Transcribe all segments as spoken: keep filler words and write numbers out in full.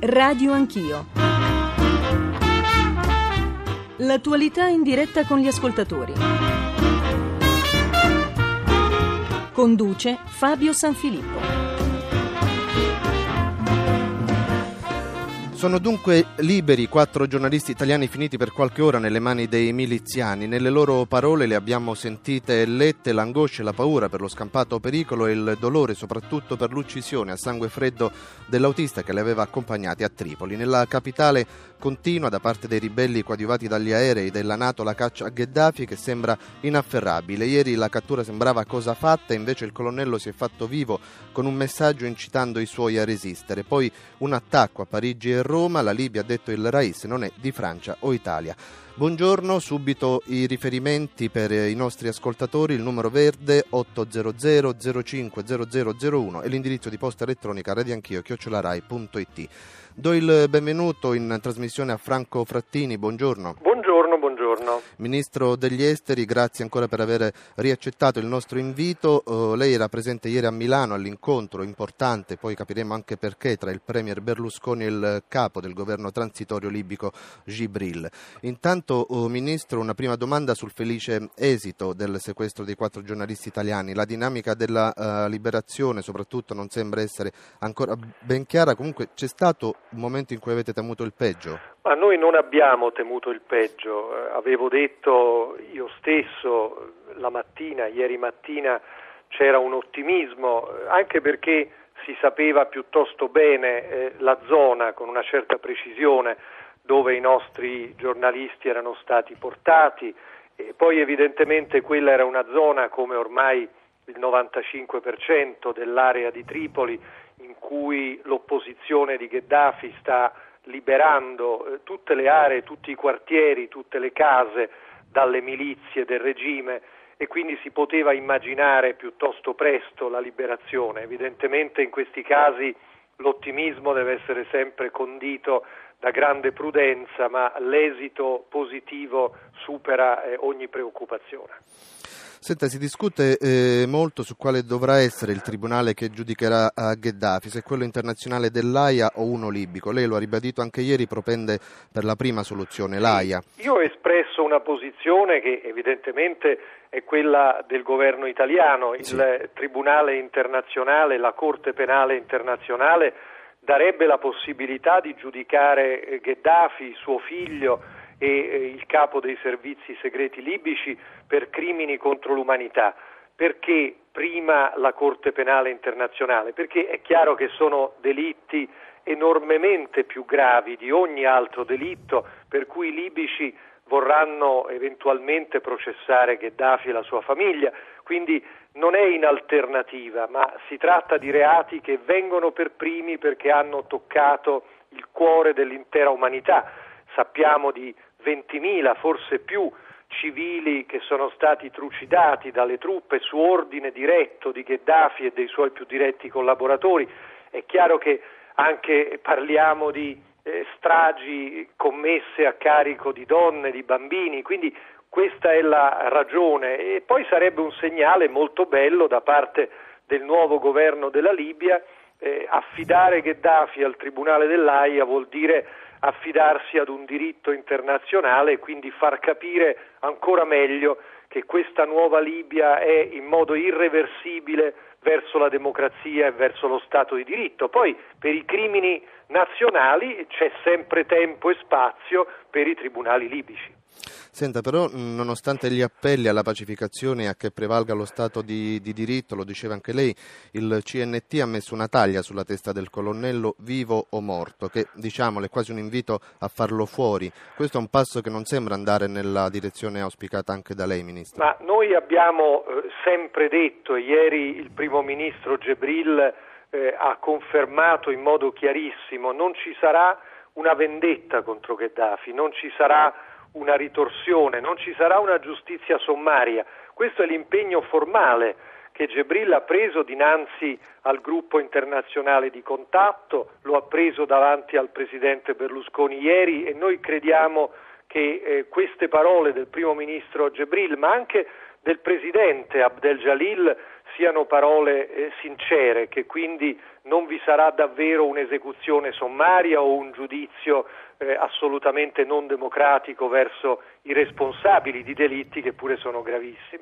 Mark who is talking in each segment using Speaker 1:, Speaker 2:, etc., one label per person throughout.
Speaker 1: Radio Anch'io. L'attualità in diretta con gli ascoltatori. Conduce Fabio Sanfilippo.
Speaker 2: Sono dunque liberi quattro giornalisti italiani finiti per qualche ora nelle mani dei miliziani. Nelle loro parole le abbiamo sentite e lette l'angoscia e la paura per lo scampato pericolo e il dolore soprattutto per l'uccisione a sangue freddo dell'autista che le aveva accompagnati a Tripoli. Nella capitale continua da parte dei ribelli coadiuvati dagli aerei della NATO la caccia a Gheddafi che sembra inafferrabile. Ieri la cattura sembrava cosa fatta, invece il colonnello si è fatto vivo con un messaggio incitando i suoi a resistere. Poi un attacco a Parigi e Roma, la Libia, ha detto il Rais, non è di Francia o Italia. Buongiorno, subito i riferimenti per i nostri ascoltatori, il numero verde otto zero zero zero cinque zero zero zero uno e l'indirizzo di posta elettronica radioanchio chiocciola rai punto it. Do il benvenuto in trasmissione a Franco Frattini, buongiorno.
Speaker 3: Buongiorno, buongiorno.
Speaker 2: Ministro degli Esteri, grazie ancora per aver riaccettato il nostro invito. Uh, lei era presente ieri a Milano all'incontro importante, poi capiremo anche perché, tra il premier Berlusconi e il capo del governo transitorio libico Gibril. Intanto, uh, Ministro, una prima domanda sul felice esito del sequestro dei quattro giornalisti italiani. La dinamica della uh, liberazione soprattutto non sembra essere ancora ben chiara, comunque c'è stato un momento in cui avete temuto il peggio?
Speaker 3: Ma noi non abbiamo temuto il peggio, eh, avevo detto io stesso la mattina, ieri mattina c'era un ottimismo, eh, anche perché si sapeva piuttosto bene eh, la zona con una certa precisione dove i nostri giornalisti erano stati portati e poi evidentemente quella era una zona, come ormai il novantacinque per cento dell'area di Tripoli, in cui l'opposizione di Gheddafi sta liberando eh, tutte le aree, tutti i quartieri, tutte le case dalle milizie del regime e quindi si poteva immaginare piuttosto presto la liberazione. Evidentemente in questi casi l'ottimismo deve essere sempre condito da grande prudenza, ma l'esito positivo supera eh, ogni preoccupazione.
Speaker 2: Senta, si discute eh, molto su quale dovrà essere il tribunale che giudicherà a Gheddafi, se quello internazionale dell'Aia o uno libico. Lei lo ha ribadito anche ieri, propende per la prima soluzione, l'Aia.
Speaker 3: Io ho espresso una posizione che evidentemente è quella del governo italiano. Il sì. Tribunale internazionale, la Corte Penale Internazionale darebbe la possibilità di giudicare Gheddafi, suo figlio e il capo dei servizi segreti libici per crimini contro l'umanità. Perché prima la Corte Penale Internazionale? Perché è chiaro che sono delitti enormemente più gravi di ogni altro delitto, per cui i libici vorranno eventualmente processare Gheddafi e la sua famiglia, quindi non è in alternativa, ma si tratta di reati che vengono per primi perché hanno toccato il cuore dell'intera umanità. Sappiamo di ventimila, forse più, civili che sono stati trucidati dalle truppe su ordine diretto di Gheddafi e dei suoi più diretti collaboratori. È chiaro che anche parliamo di eh, stragi commesse a carico di donne, di bambini, quindi questa è la ragione e poi sarebbe un segnale molto bello da parte del nuovo governo della Libia. Eh, affidare Gheddafi al Tribunale dell'Aia vuol dire affidarsi ad un diritto internazionale e quindi far capire ancora meglio che questa nuova Libia è in modo irreversibile verso la democrazia e verso lo Stato di diritto. Poi per i crimini nazionali c'è sempre tempo e spazio per i tribunali libici.
Speaker 2: Senta, però nonostante gli appelli alla pacificazione e a che prevalga lo Stato di, di diritto, lo diceva anche lei, il C N T ha messo una taglia sulla testa del colonnello vivo o morto, che diciamolo è quasi un invito a farlo fuori. Questo è un passo che non sembra andare nella direzione auspicata anche da lei, Ministro.
Speaker 3: Ma noi abbiamo eh, sempre detto, e ieri il primo ministro Gibril eh, ha confermato in modo chiarissimo, non ci sarà una vendetta contro Gheddafi, non ci sarà una ritorsione, non ci sarà una giustizia sommaria. Questo è l'impegno formale che Gibril ha preso dinanzi al gruppo internazionale di contatto, lo ha preso davanti al presidente Berlusconi ieri e noi crediamo che eh, queste parole del primo ministro Gibril, ma anche del presidente Abdel Jalil, siano parole eh, sincere, che quindi non vi sarà davvero un'esecuzione sommaria o un giudizio eh, assolutamente non democratico verso i responsabili di delitti che pure sono gravissimi.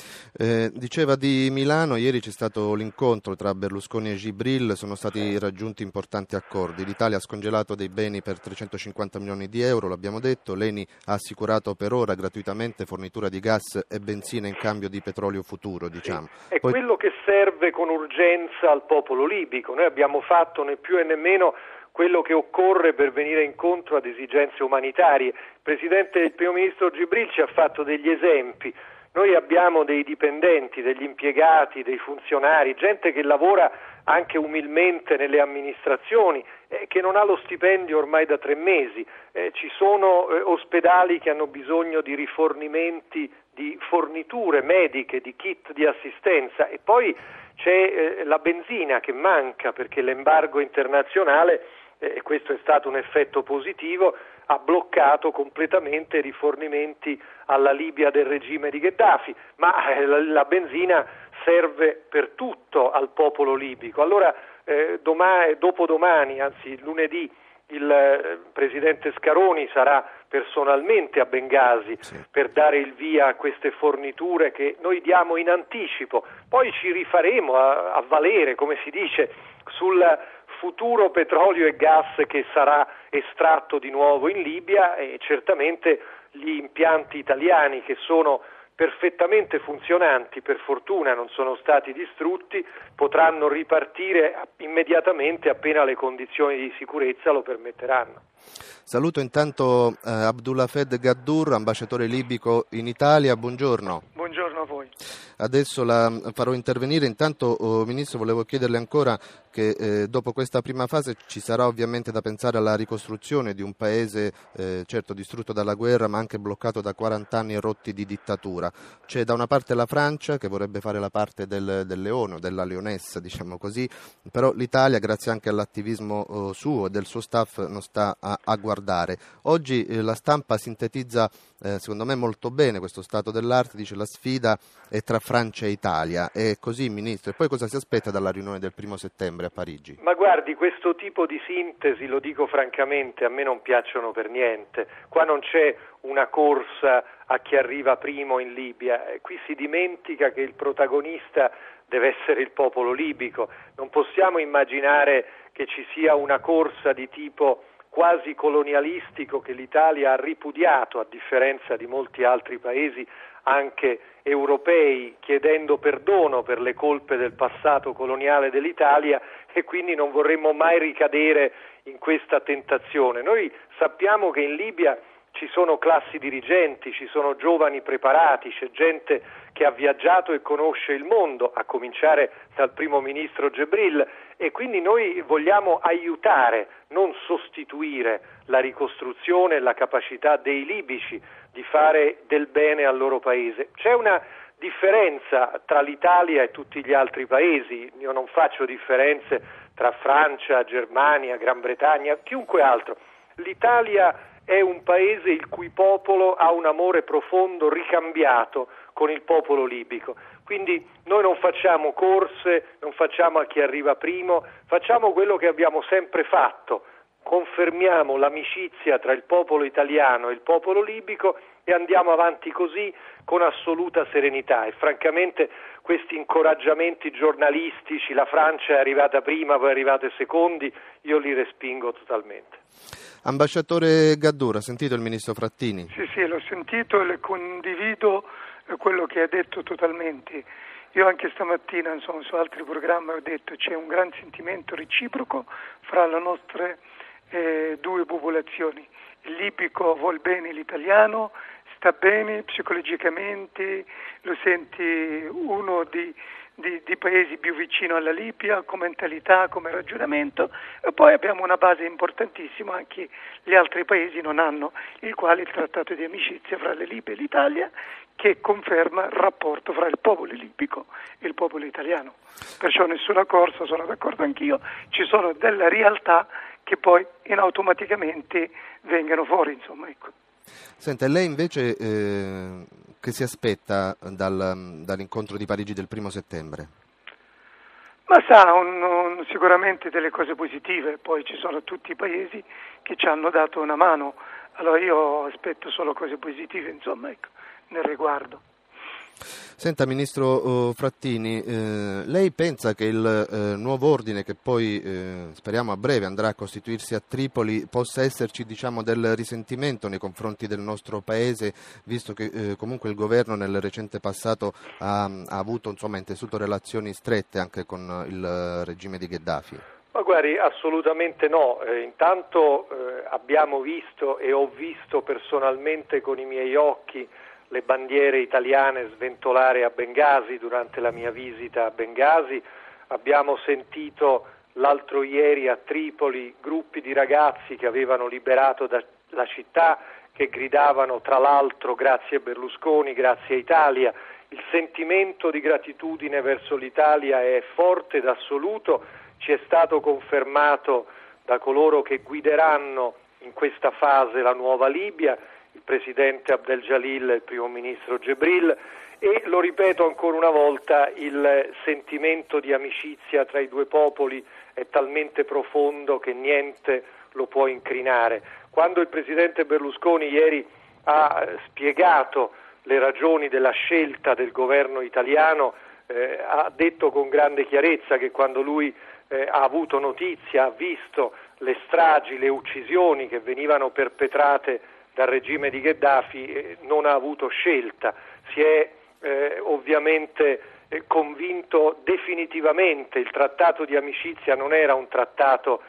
Speaker 2: Eh, diceva di Milano, ieri c'è stato l'incontro tra Berlusconi e Gibril, sono stati raggiunti importanti accordi. L'Italia ha scongelato dei beni per trecentocinquanta milioni di euro, l'abbiamo detto, l'Eni ha assicurato per ora gratuitamente fornitura di gas e benzina in cambio di petrolio futuro, diciamo.
Speaker 3: Sì, è
Speaker 2: Poi...
Speaker 3: quello che serve con urgenza al popolo libico. Noi abbiamo fatto né più né meno quello che occorre per venire incontro ad esigenze umanitarie. Il Presidente, il Primo Ministro Gibril ci ha fatto degli esempi. Noi abbiamo dei dipendenti, degli impiegati, dei funzionari, gente che lavora anche umilmente nelle amministrazioni, eh, che non ha lo stipendio ormai da tre mesi. Eh, ci sono eh, ospedali che hanno bisogno di rifornimenti, di forniture mediche, di kit di assistenza, e poi c'è eh, la benzina che manca perché l'embargo internazionale, e eh, questo è stato un effetto positivo, ha bloccato completamente i rifornimenti alla Libia del regime di Gheddafi, ma eh, la, la benzina serve per tutto al popolo libico. Allora eh, domani, dopodomani, anzi lunedì, il eh, Presidente Scaroni sarà personalmente a Bengasi sì. per dare il via a queste forniture che noi diamo in anticipo, poi ci rifaremo a, a valere, come si dice, sul futuro petrolio e gas che sarà estratto di nuovo in Libia, e certamente gli impianti italiani che sono perfettamente funzionanti, per fortuna non sono stati distrutti, potranno ripartire immediatamente appena le condizioni di sicurezza lo permetteranno.
Speaker 2: Saluto intanto eh, Abdulhafed Gaddour, ambasciatore libico in Italia, buongiorno.
Speaker 4: Buongiorno a voi.
Speaker 2: Adesso la farò intervenire, intanto oh, Ministro volevo chiederle ancora che eh, dopo questa prima fase ci sarà ovviamente da pensare alla ricostruzione di un paese eh, certo distrutto dalla guerra ma anche bloccato da quaranta anni rotti di dittatura. C'è da una parte la Francia che vorrebbe fare la parte del, del leone o della leonessa, diciamo così, però l'Italia grazie anche all'attivismo oh, suo e del suo staff non sta a, a guardare. Oggi eh, la stampa sintetizza eh, secondo me molto bene questo stato dell'arte, dice la sfida è tra Francia e Italia, è così Ministro, e poi cosa si aspetta dalla riunione del primo settembre a Parigi?
Speaker 3: Ma guardi, questo tipo di sintesi, lo dico francamente, a me non piacciono per niente. Qua non c'è una corsa a chi arriva primo in Libia, qui si dimentica che il protagonista deve essere il popolo libico. Non possiamo immaginare che ci sia una corsa di tipo quasi colonialistico che l'Italia ha ripudiato, a differenza di molti altri paesi anche europei, chiedendo perdono per le colpe del passato coloniale dell'Italia, e quindi non vorremmo mai ricadere in questa tentazione. Noi sappiamo che in Libia ci sono classi dirigenti, ci sono giovani preparati, c'è gente che ha viaggiato e conosce il mondo, a cominciare dal primo ministro Gibril, e quindi noi vogliamo aiutare, non sostituire la ricostruzione e la capacità dei libici di fare del bene al loro paese. C'è una differenza tra l'Italia e tutti gli altri paesi, io non faccio differenze tra Francia, Germania, Gran Bretagna, chiunque altro. L'Italia è un paese il cui popolo ha un amore profondo, ricambiato con il popolo libico. Quindi noi non facciamo corse, non facciamo a chi arriva primo, facciamo quello che abbiamo sempre fatto, confermiamo l'amicizia tra il popolo italiano e il popolo libico e andiamo avanti così con assoluta serenità. E francamente questi incoraggiamenti giornalistici, la Francia è arrivata prima, poi è arrivata secondi, io li respingo totalmente.
Speaker 2: Ambasciatore Gaddour, ha sentito il Ministro Frattini?
Speaker 4: Sì, sì, l'ho sentito e le condivido quello che ha detto totalmente. Io anche stamattina, insomma, su altri programmi ho detto c'è un gran sentimento reciproco fra le nostre eh, due popolazioni. Il libico vuol bene l'italiano, sta bene psicologicamente, lo senti uno di, di, di paesi più vicino alla Libia come mentalità, come ragionamento, e poi abbiamo una base importantissima, anche gli altri paesi non hanno, il quale il trattato di amicizia fra la Libia e l'Italia, che conferma il rapporto fra il popolo libico e il popolo italiano. Perciò nessuna corsa, sono d'accordo anch'io, ci sono delle realtà che poi in automaticamente vengano fuori, insomma, ecco.
Speaker 2: Senta, lei invece eh, che si aspetta dal, dall'incontro di Parigi del primo settembre?
Speaker 4: Ma sa, un, un, sicuramente delle cose positive, poi ci sono tutti i paesi che ci hanno dato una mano, allora io aspetto solo cose positive, insomma, ecco, nel riguardo.
Speaker 2: Senta, Ministro Frattini, eh, lei pensa che il eh, nuovo ordine che poi eh, speriamo a breve andrà a costituirsi a Tripoli possa esserci, diciamo, del risentimento nei confronti del nostro Paese, visto che eh, comunque il governo nel recente passato ha, ha avuto, insomma, intessuto relazioni strette anche con il regime di Gheddafi?
Speaker 3: Ma guardi, assolutamente no. Eh, intanto eh, abbiamo visto e ho visto personalmente con i miei occhi le bandiere italiane sventolare a Bengasi durante la mia visita a Bengasi. Abbiamo sentito l'altro ieri a Tripoli gruppi di ragazzi che avevano liberato da, la città, che gridavano tra l'altro grazie Berlusconi, grazie Italia. Il sentimento di gratitudine verso l'Italia è forte ed assoluto, ci è stato confermato da coloro che guideranno in questa fase la nuova Libia, il presidente Abdel Jalil e il primo ministro Gebril, e lo ripeto ancora una volta, il sentimento di amicizia tra i due popoli è talmente profondo che niente lo può incrinare. Quando il presidente Berlusconi ieri ha spiegato le ragioni della scelta del governo italiano, eh, ha detto con grande chiarezza che quando lui eh, ha avuto notizia, ha visto le stragi, le uccisioni che venivano perpetrate dal regime di Gheddafi, eh, non ha avuto scelta, si è eh, ovviamente eh, convinto definitivamente. Il trattato di amicizia non era un trattato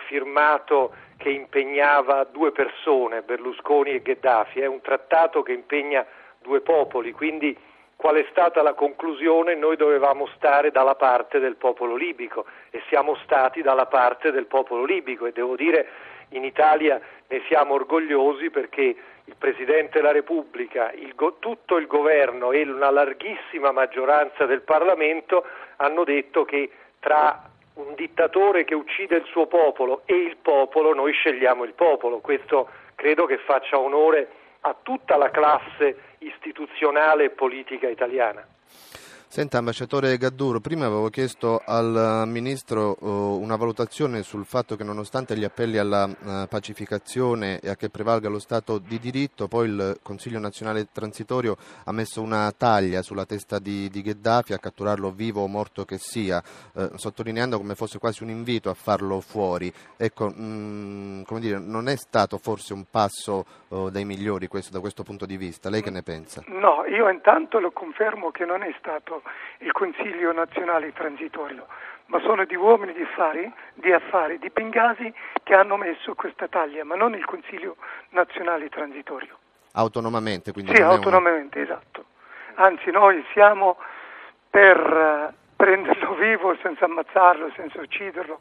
Speaker 3: firmato che impegnava due persone, Berlusconi e Gheddafi, è un trattato che impegna due popoli, quindi qual è stata la conclusione? Noi dovevamo stare dalla parte del popolo libico e siamo stati dalla parte del popolo libico, e devo dire in Italia ne siamo orgogliosi perché il Presidente della Repubblica, il go- tutto il governo e una larghissima maggioranza del Parlamento hanno detto che tra un dittatore che uccide il suo popolo e il popolo noi scegliamo il popolo. Questo credo che faccia onore a tutta la classe istituzionale e politica italiana.
Speaker 2: Senta, ambasciatore Gadduro, prima avevo chiesto al Ministro uh, una valutazione sul fatto che nonostante gli appelli alla uh, pacificazione e a che prevalga lo Stato di diritto, poi il Consiglio nazionale transitorio ha messo una taglia sulla testa di, di Gheddafi, a catturarlo vivo o morto che sia, uh, sottolineando come fosse quasi un invito a farlo fuori. Ecco, mh, come dire, non è stato forse un passo uh, dei migliori questo, da questo punto di vista? Lei che ne pensa?
Speaker 4: No, io intanto lo confermo che non è stato il Consiglio nazionale transitorio, ma sono di uomini di affari, di affari di Bengasi che hanno messo questa taglia, ma non il Consiglio nazionale transitorio.
Speaker 2: Autonomamente, quindi?
Speaker 4: Sì,
Speaker 2: non
Speaker 4: autonomamente, una... esatto. Anzi, noi siamo per uh, prenderlo vivo senza ammazzarlo, senza ucciderlo,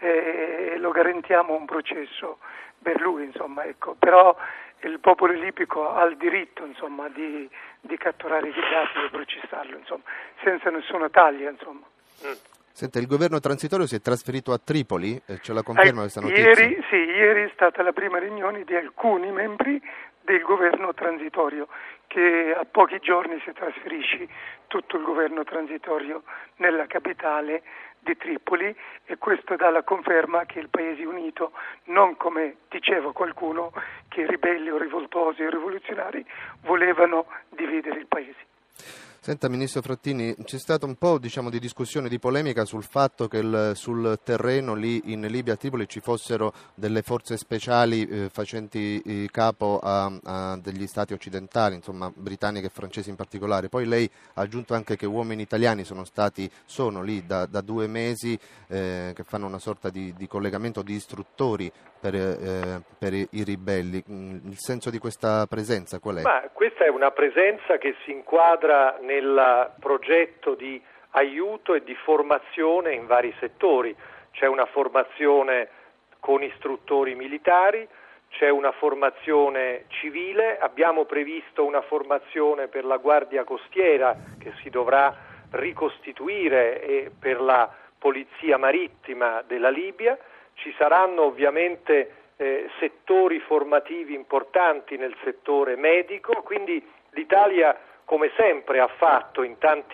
Speaker 4: e lo garantiamo un processo per lui, insomma, ecco. Però il popolo libico ha il diritto, insomma, di, di catturare Gheddafi e processarlo, insomma, senza nessuna taglia, insomma.
Speaker 2: Senta, il governo transitorio si è trasferito a Tripoli? Eh, ce la conferma
Speaker 4: eh,
Speaker 2: questa notizia?
Speaker 4: Ieri, sì, ieri è stata la prima riunione di alcuni membri del governo transitorio, che a pochi giorni si trasferisce tutto il governo transitorio nella capitale di Tripoli, e questo dà la conferma che il Paese unito, non come diceva qualcuno che i ribelli o rivoltosi o rivoluzionari volevano dividere il Paese.
Speaker 2: Senta, Ministro Frattini, c'è stata un po', diciamo, di discussione, di polemica sul fatto che il, sul terreno lì in Libia, a Tripoli, ci fossero delle forze speciali eh, facenti eh, capo a, a degli stati occidentali, insomma britanniche e francesi in particolare. Poi lei ha aggiunto anche che uomini italiani sono stati, sono lì da, da due mesi eh, che fanno una sorta di, di collegamento, di istruttori per, eh, per i, i ribelli. Il senso di questa presenza qual è?
Speaker 3: Ma questa è una presenza che si inquadra nel progetto di aiuto e di formazione in vari settori. C'è una formazione con istruttori militari, c'è una formazione civile, abbiamo previsto una formazione per la Guardia Costiera che si dovrà ricostituire e per la Polizia Marittima della Libia. Ci saranno ovviamente eh, settori formativi importanti nel settore medico, quindi l'Italia, come sempre ha fatto in tanti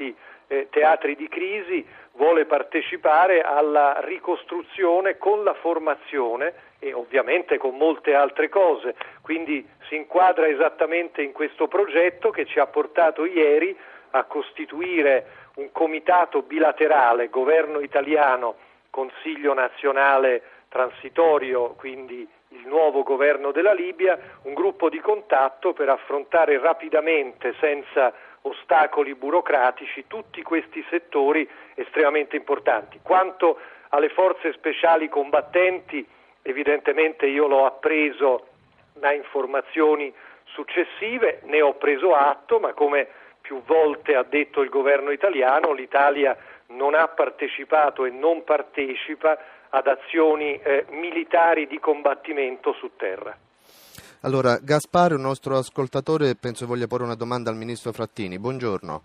Speaker 3: eh, teatri di crisi, vuole partecipare alla ricostruzione con la formazione e ovviamente con molte altre cose, quindi si inquadra esattamente in questo progetto che ci ha portato ieri a costituire un comitato bilaterale, governo italiano, Consiglio nazionale transitorio, quindi il nuovo governo della Libia, un gruppo di contatto per affrontare rapidamente, senza ostacoli burocratici, tutti questi settori estremamente importanti. Quanto alle forze speciali combattenti, evidentemente io l'ho appreso da informazioni successive, ne ho preso atto, ma come più volte ha detto il governo italiano, l'Italia non ha partecipato e non partecipa ad azioni eh, militari di combattimento su terra.
Speaker 2: Allora, Gaspare, un nostro ascoltatore, penso voglia porre una domanda al ministro Frattini. Buongiorno.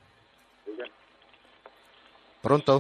Speaker 2: Pronto?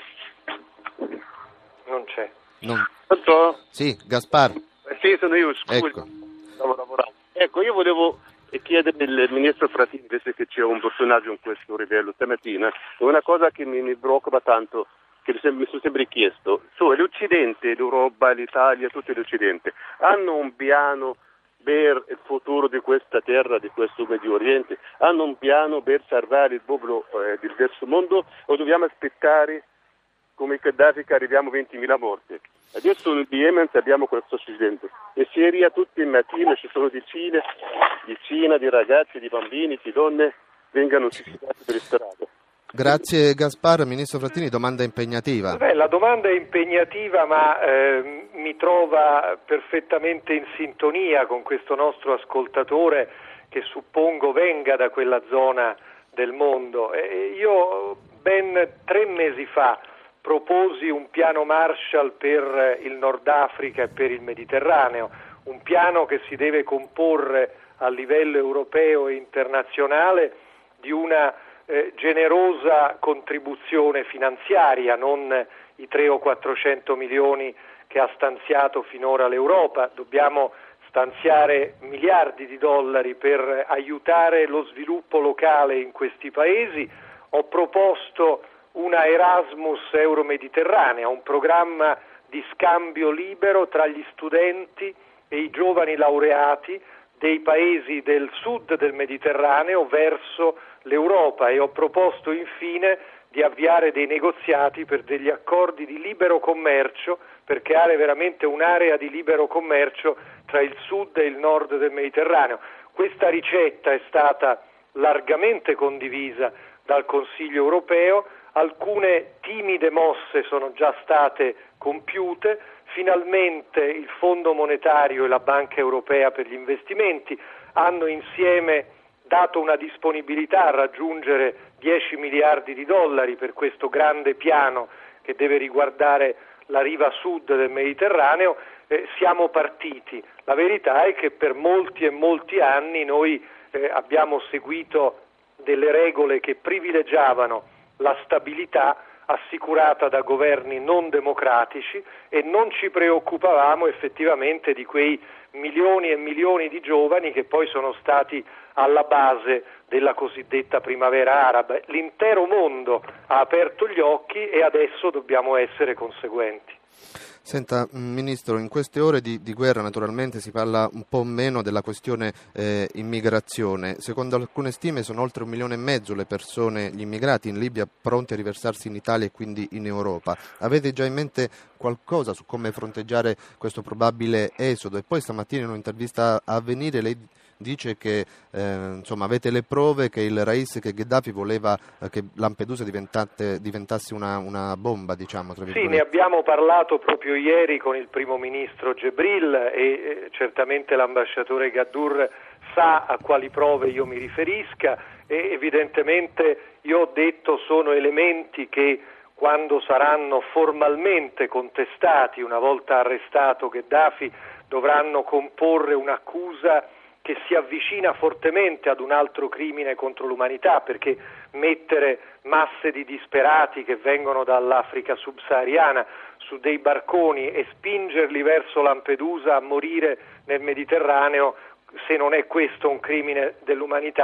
Speaker 3: Non c'è.
Speaker 2: Non...
Speaker 5: Pronto?
Speaker 2: Sì, Gaspare.
Speaker 5: Eh, sì, sono io, scusi.
Speaker 2: Ecco.
Speaker 5: Stavo lavorando. Ecco, io volevo chiedere al ministro Frattini, visto che c'è un personaggio in questo livello stamattina, è una cosa che mi, mi preoccupa tanto, che mi sono sempre chiesto. Cioè, l'Occidente, l'Europa, l'Italia, tutto l'Occidente, hanno un piano per il futuro di questa terra, di questo Medio Oriente? Hanno un piano per salvare il popolo eh, del terzo mondo, o dobbiamo aspettare come Gheddafi che arriviamo a ventimila morti? Adesso in Yemen abbiamo questo accidente, in Siria tutti i mattini ci sono decine, decine di ragazzi, di bambini, di donne vengono suicidati per le strade.
Speaker 2: Grazie Gaspare. Ministro Frattini, domanda impegnativa.
Speaker 3: Beh, la domanda è impegnativa, ma eh, mi trova perfettamente in sintonia con questo nostro ascoltatore che suppongo venga da quella zona del mondo. E io ben tre mesi fa proposi un piano Marshall per il Nord Africa e per il Mediterraneo, un piano che si deve comporre a livello europeo e internazionale di una eh, generosa contribuzione finanziaria, non i tre o quattrocento milioni che ha stanziato finora l'Europa. Dobbiamo stanziare miliardi di dollari per aiutare lo sviluppo locale in questi paesi. Ho proposto una Erasmus Euromediterranea, un programma di scambio libero tra gli studenti e i giovani laureati dei paesi del sud del Mediterraneo verso l'Europa, e ho proposto infine di avviare dei negoziati per degli accordi di libero commercio per creare veramente un'area di libero commercio tra il sud e il nord del Mediterraneo. Questa ricetta è stata largamente condivisa dal Consiglio europeo. Alcune timide mosse sono già state compiute, finalmente il Fondo monetario e la Banca europea per gli investimenti hanno insieme dato una disponibilità a raggiungere dieci miliardi di dollari per questo grande piano che deve riguardare la riva sud del Mediterraneo. Eh, siamo partiti. La verità è che per molti e molti anni noi eh, abbiamo seguito delle regole che privilegiavano la stabilità assicurata da governi non democratici e non ci preoccupavamo effettivamente di quei milioni e milioni di giovani che poi sono stati alla base della cosiddetta primavera araba. L'intero mondo ha aperto gli occhi e adesso dobbiamo essere conseguenti.
Speaker 2: Senta, Ministro, in queste ore di, di guerra naturalmente si parla un po' meno della questione eh, immigrazione. Secondo alcune stime sono oltre un milione e mezzo le persone, gli immigrati in Libia pronti a riversarsi in Italia e quindi in Europa. Avete già in mente qualcosa su come fronteggiare questo probabile esodo? E poi stamattina in un'intervista a Avvenire lei dice che eh, insomma avete le prove che il Rais, che Gheddafi voleva eh, che Lampedusa diventasse una, una bomba, diciamo, tra virgolette.
Speaker 3: Sì, ne abbiamo parlato proprio ieri con il primo ministro Gebril e eh, certamente l'ambasciatore Gaddour sa a quali prove io mi riferisca, e evidentemente io ho detto sono elementi che quando saranno formalmente contestati, una volta arrestato Gheddafi, dovranno comporre un'accusa che si avvicina fortemente ad un altro crimine contro l'umanità, perché mettere masse di disperati che vengono dall'Africa subsahariana su dei barconi e spingerli verso Lampedusa a morire nel Mediterraneo, se non è questo un crimine dell'umanità,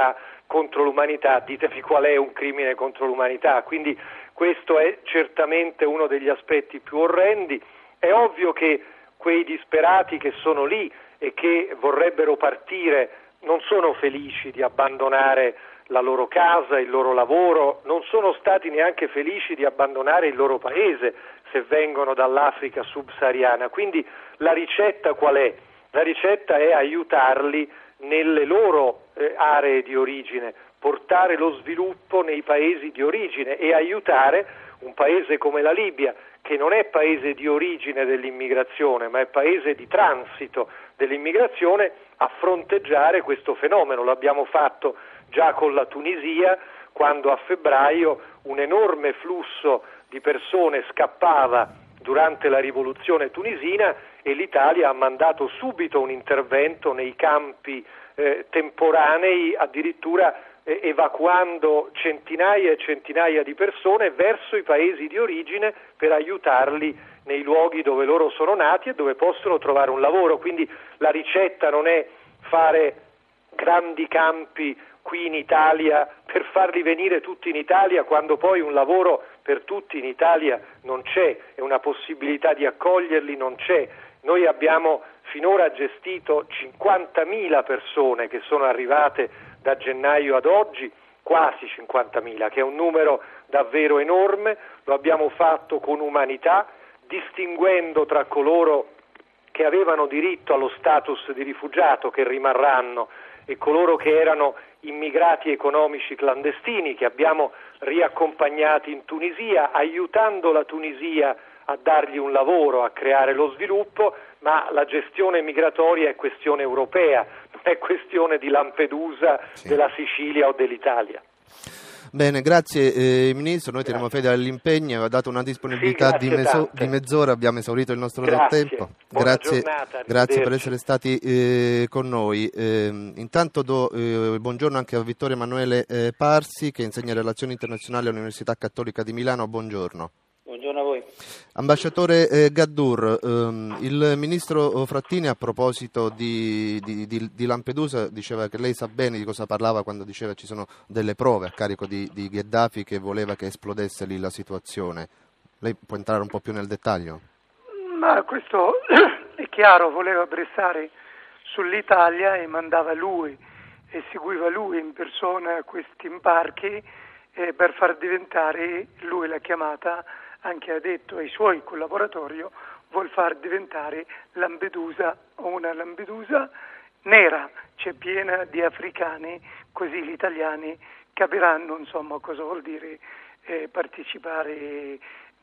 Speaker 3: contro l'umanità, ditemi qual è un crimine contro l'umanità. Quindi questo è certamente uno degli aspetti più orrendi. È ovvio che quei disperati che sono lì e che vorrebbero partire non sono felici di abbandonare la loro casa, il loro lavoro, non sono stati neanche felici di abbandonare il loro paese se vengono dall'Africa subsahariana. Quindi la ricetta qual è? La ricetta è aiutarli nelle loro eh, aree di origine, portare lo sviluppo nei paesi di origine e aiutare un paese come la Libia, che non è paese di origine dell'immigrazione, ma è paese di transito dell'immigrazione, a fronteggiare questo fenomeno. L'abbiamo fatto già con la Tunisia, quando a febbraio un enorme flusso di persone scappava durante la rivoluzione tunisina e l'Italia ha mandato subito un intervento nei campi eh, temporanei, addirittura eh, evacuando centinaia e centinaia di persone verso i paesi di origine per aiutarli nei luoghi dove loro sono nati e dove possono trovare un lavoro. Quindi la ricetta non è fare grandi campi qui in Italia per farli venire tutti in Italia quando poi un lavoro per tutti in Italia non c'è e una possibilità di accoglierli non c'è. Noi abbiamo finora gestito cinquantamila persone che sono arrivate da gennaio ad oggi, quasi cinquantamila, che è un numero davvero enorme. Lo abbiamo fatto con umanità, distinguendo tra coloro che avevano diritto allo status di rifugiato, che rimarranno, e coloro che erano immigrati economici clandestini, che abbiamo riaccompagnati in Tunisia, aiutando la Tunisia a dargli un lavoro, a creare lo sviluppo, ma la gestione migratoria è questione europea, non è questione di Lampedusa, sì, della Sicilia o dell'Italia.
Speaker 2: Bene, grazie eh, Ministro, noi teniamo fede all'impegno, aveva dato una disponibilità
Speaker 3: sì,
Speaker 2: di, meso- di mezz'ora, abbiamo esaurito il nostro
Speaker 3: grazie.
Speaker 2: tempo.
Speaker 3: Buona
Speaker 2: Grazie,
Speaker 3: giornata,
Speaker 2: grazie per essere stati eh, con noi. Eh, intanto do eh, il buongiorno anche a Vittorio Emanuele eh, Parsi, che insegna Relazioni Internazionali all'Università Cattolica di Milano. Buongiorno.
Speaker 6: Buongiorno a voi.
Speaker 2: Ambasciatore eh, Gaddour, ehm, il ministro Frattini a proposito di, di, di, di Lampedusa diceva che lei sa bene di cosa parlava quando diceva che ci sono delle prove a carico di, di Gheddafi, che voleva che esplodesse lì la situazione. Lei può entrare un po' più nel dettaglio?
Speaker 4: Ma questo è chiaro, voleva pressare sull'Italia e mandava lui e seguiva lui in persona questi imbarchi eh, per far diventare, lui l'ha chiamata, anche ha detto ai suoi collaboratori, vuol far diventare Lampedusa una Lampedusa nera, cioè piena di africani, così gli italiani capiranno insomma cosa vuol dire eh, partecipare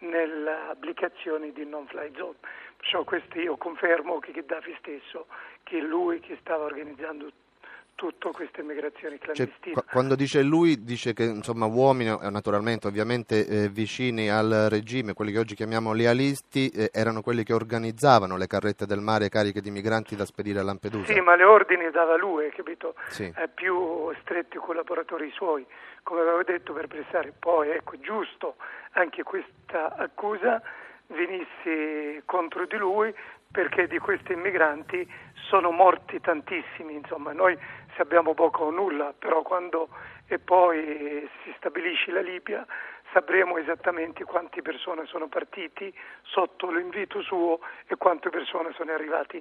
Speaker 4: nelle applicazioni di non-fly zone. Perciò questo io confermo che Gheddafi stesso, che è lui che stava organizzando tutte queste migrazioni clandestine.
Speaker 2: Cioè, quando dice lui, dice che insomma uomini, eh, naturalmente ovviamente eh, vicini al regime, quelli che oggi chiamiamo lealisti, eh, erano quelli che organizzavano le carrette del mare cariche di migranti da spedire a Lampedusa.
Speaker 4: Sì, ma le ordini dava lui, capito?
Speaker 2: Sì.
Speaker 4: Eh, più stretti collaboratori suoi, come avevo detto, per pressare. Poi, ecco, giusto anche questa accusa venisse contro di lui, perché di questi immigranti sono morti tantissimi, insomma, noi sappiamo poco o nulla, però quando e poi si stabilisce la Libia sapremo esattamente quante persone sono partiti sotto l'invito suo e quante persone sono arrivati.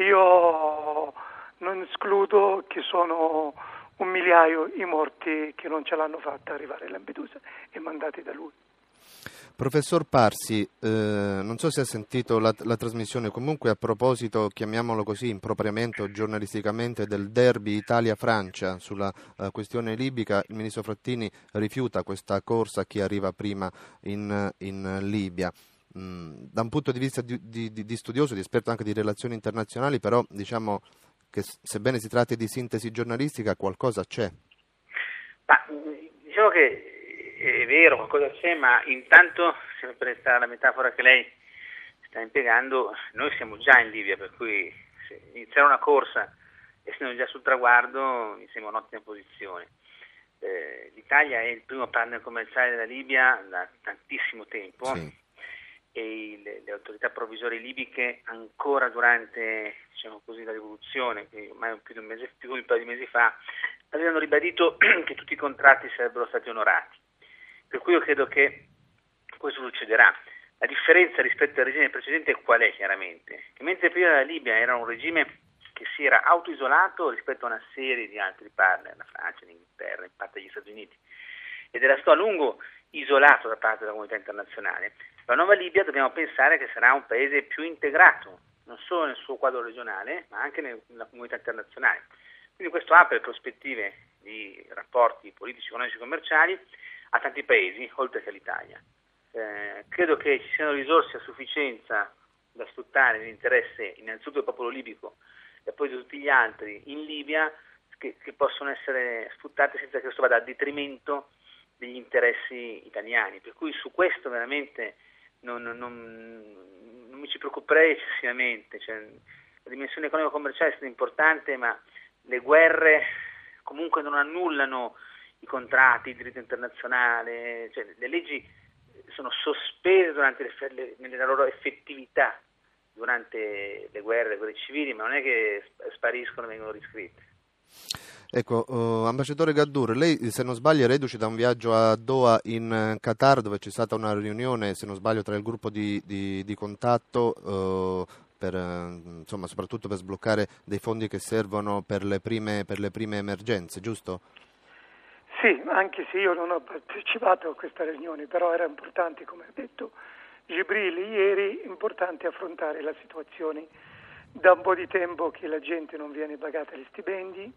Speaker 4: Io non escludo che sono un migliaio i morti che non ce l'hanno fatta arrivare a Lampedusa e mandati da lui.
Speaker 2: Professor Parsi, eh, non so se ha sentito la, la trasmissione, comunque a proposito, chiamiamolo così impropriamente o giornalisticamente, del derby Italia-Francia sulla uh, questione libica, il ministro Frattini rifiuta questa corsa a chi arriva prima in, in Libia. Mm, da un punto di vista di, di, di studioso, di esperto anche di relazioni internazionali, però diciamo che sebbene si tratti di sintesi giornalistica, qualcosa c'è.
Speaker 6: Ma, diciamo che è vero, qualcosa c'è, ma intanto, se per restare la metafora che lei sta impiegando, noi siamo già in Libia, per cui se iniziare una corsa essendo già sul traguardo mi sembra un'ottima posizione. Eh, L'Italia è il primo partner commerciale della Libia da tantissimo tempo, sì, e le, le autorità provvisorie libiche ancora durante, diciamo così, la rivoluzione, che ormai più di un mese, più di un paio di mesi fa, avevano ribadito che tutti i contratti sarebbero stati onorati. Per cui io credo che questo succederà. La differenza rispetto al regime precedente qual è chiaramente? Che mentre prima la Libia era un regime che si era autoisolato rispetto a una serie di altri partner, la Francia, l'Inghilterra, in parte gli Stati Uniti, ed era stato a lungo isolato da parte della comunità internazionale, la nuova Libia dobbiamo pensare che sarà un paese più integrato, non solo nel suo quadro regionale, ma anche nella comunità internazionale. Quindi questo apre prospettive di rapporti politici, economici e commerciali a tanti paesi, oltre che all'Italia. Eh, credo che ci siano risorse a sufficienza da sfruttare nell'interesse innanzitutto del popolo libico e poi di tutti gli altri in Libia, che, che possono essere sfruttate senza che questo vada a detrimento degli interessi italiani. Per cui su questo veramente non, non, non mi ci preoccuperei eccessivamente. Cioè, la dimensione economico-commerciale è stata importante, ma le guerre comunque non annullano i contratti, il diritto internazionale, cioè, le leggi sono sospese durante le, nella loro effettività durante le guerre, le guerre civili, ma non è che spariscono e vengono riscritte.
Speaker 2: Ecco, uh, ambasciatore Gaddour, lei se non sbaglio è reduce da un viaggio a Doha in Qatar, dove c'è stata una riunione, se non sbaglio, tra il gruppo di, di, di contatto uh, per, uh, insomma, soprattutto per sbloccare dei fondi che servono per le prime, per le prime emergenze, giusto?
Speaker 4: Sì, anche se io non ho partecipato a questa riunione, però era importante, come ha detto Gibril ieri, importante affrontare la situazione. Da un po' di tempo che la gente non viene pagata gli stipendi,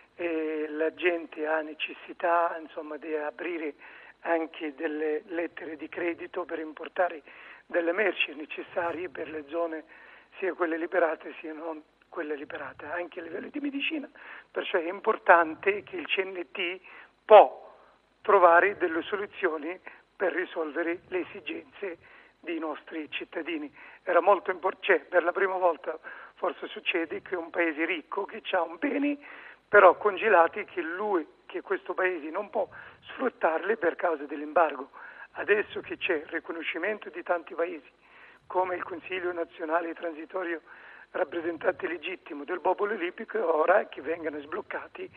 Speaker 4: e la gente ha necessità, insomma, di aprire anche delle lettere di credito per importare delle merci necessarie per le zone, sia quelle liberate sia non quelle liberate, anche a livello di medicina. Perciò è importante che il C N T può trovare delle soluzioni per risolvere le esigenze dei nostri cittadini. Era molto importante, cioè, per la prima volta forse succede che un paese ricco che ha un bene però congelati che lui, che questo paese non può sfruttarli per causa dell'embargo. Adesso che c'è il riconoscimento di tanti paesi come il Consiglio nazionale transitorio rappresentante legittimo del popolo libico, è ora che vengano sbloccati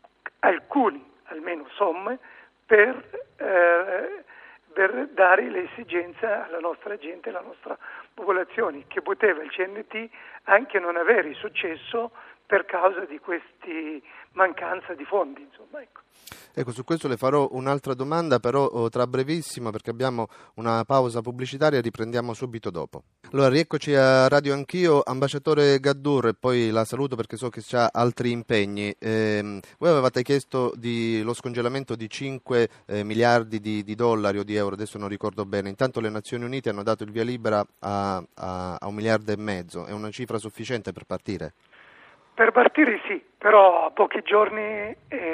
Speaker 4: alcuni, almeno somme, per, eh, per dare l'esigenza alla nostra gente, alla nostra popolazione, che poteva il C N T anche non avere successo per causa di questi mancanza di fondi, insomma, ecco.
Speaker 2: Ecco, su questo le farò un'altra domanda, però oh, tra brevissimo, perché abbiamo una pausa pubblicitaria e riprendiamo subito dopo. Allora, rieccoci a Radio Anch'io, ambasciatore Gaddour, e poi la saluto perché so che ha altri impegni. Eh, voi avevate chiesto di, lo scongelamento di cinque eh, miliardi di, di dollari o di euro, adesso non ricordo bene. Intanto le Nazioni Unite hanno dato il via libera a, a, a un miliardo e mezzo. È una cifra sufficiente per partire?
Speaker 4: Per partire sì, però a pochi giorni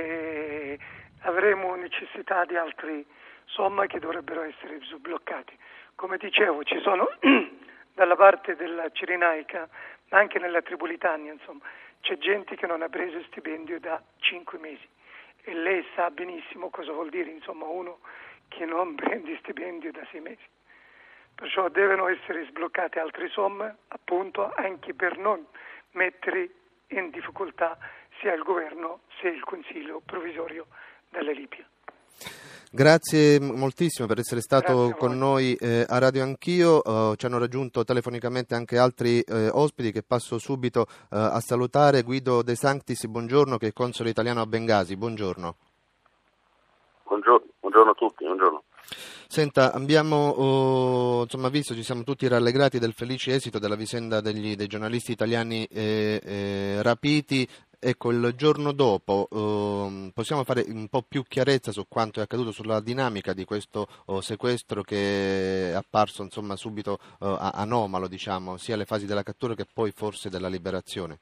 Speaker 4: eh, avremo necessità di altre somme che dovrebbero essere sbloccate. Come dicevo, ci sono dalla parte della Cirenaica, ma anche nella Tripolitania, insomma, c'è gente che non ha preso stipendio da cinque mesi e lei sa benissimo cosa vuol dire, insomma, uno che non prende stipendio da sei mesi. Perciò devono essere sbloccate altre somme, appunto, anche per non mettere in difficoltà sia il governo sia il Consiglio provvisorio della Libia.
Speaker 2: Grazie moltissimo per essere stato con noi eh, a Radio Anch'io. Uh, ci hanno raggiunto telefonicamente anche altri eh, ospiti che passo subito uh, a salutare. Guido De Sanctis, buongiorno, che è console italiano a Bengasi. Buongiorno.
Speaker 5: Buongiorno, buongiorno a tutti, buongiorno.
Speaker 2: Senta, abbiamo oh, insomma visto, ci siamo tutti rallegrati del felice esito della vicenda degli, dei giornalisti italiani eh, eh, rapiti. Ecco, il giorno dopo eh, possiamo fare un po' più chiarezza su quanto è accaduto, sulla dinamica di questo oh, sequestro che è apparso insomma subito oh, anomalo, diciamo, sia alle fasi della cattura che poi forse della liberazione.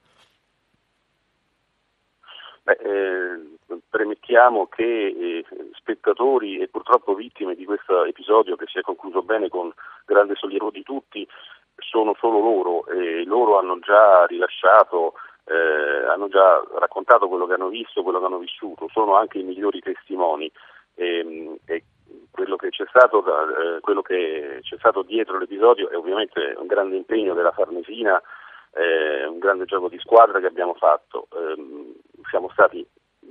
Speaker 5: Beh, eh, premettiamo che eh, spettatori e purtroppo vittime di questo episodio, che si è concluso bene con grande sollievo di tutti, sono solo loro, e loro hanno già rilasciato, eh, hanno già raccontato quello che hanno visto, quello che hanno vissuto, sono anche i migliori testimoni, e, e quello che c'è stato, eh, quello che c'è stato dietro l'episodio è ovviamente un grande impegno della Farnesina, eh, un grande gioco di squadra che abbiamo fatto. Eh, siamo stati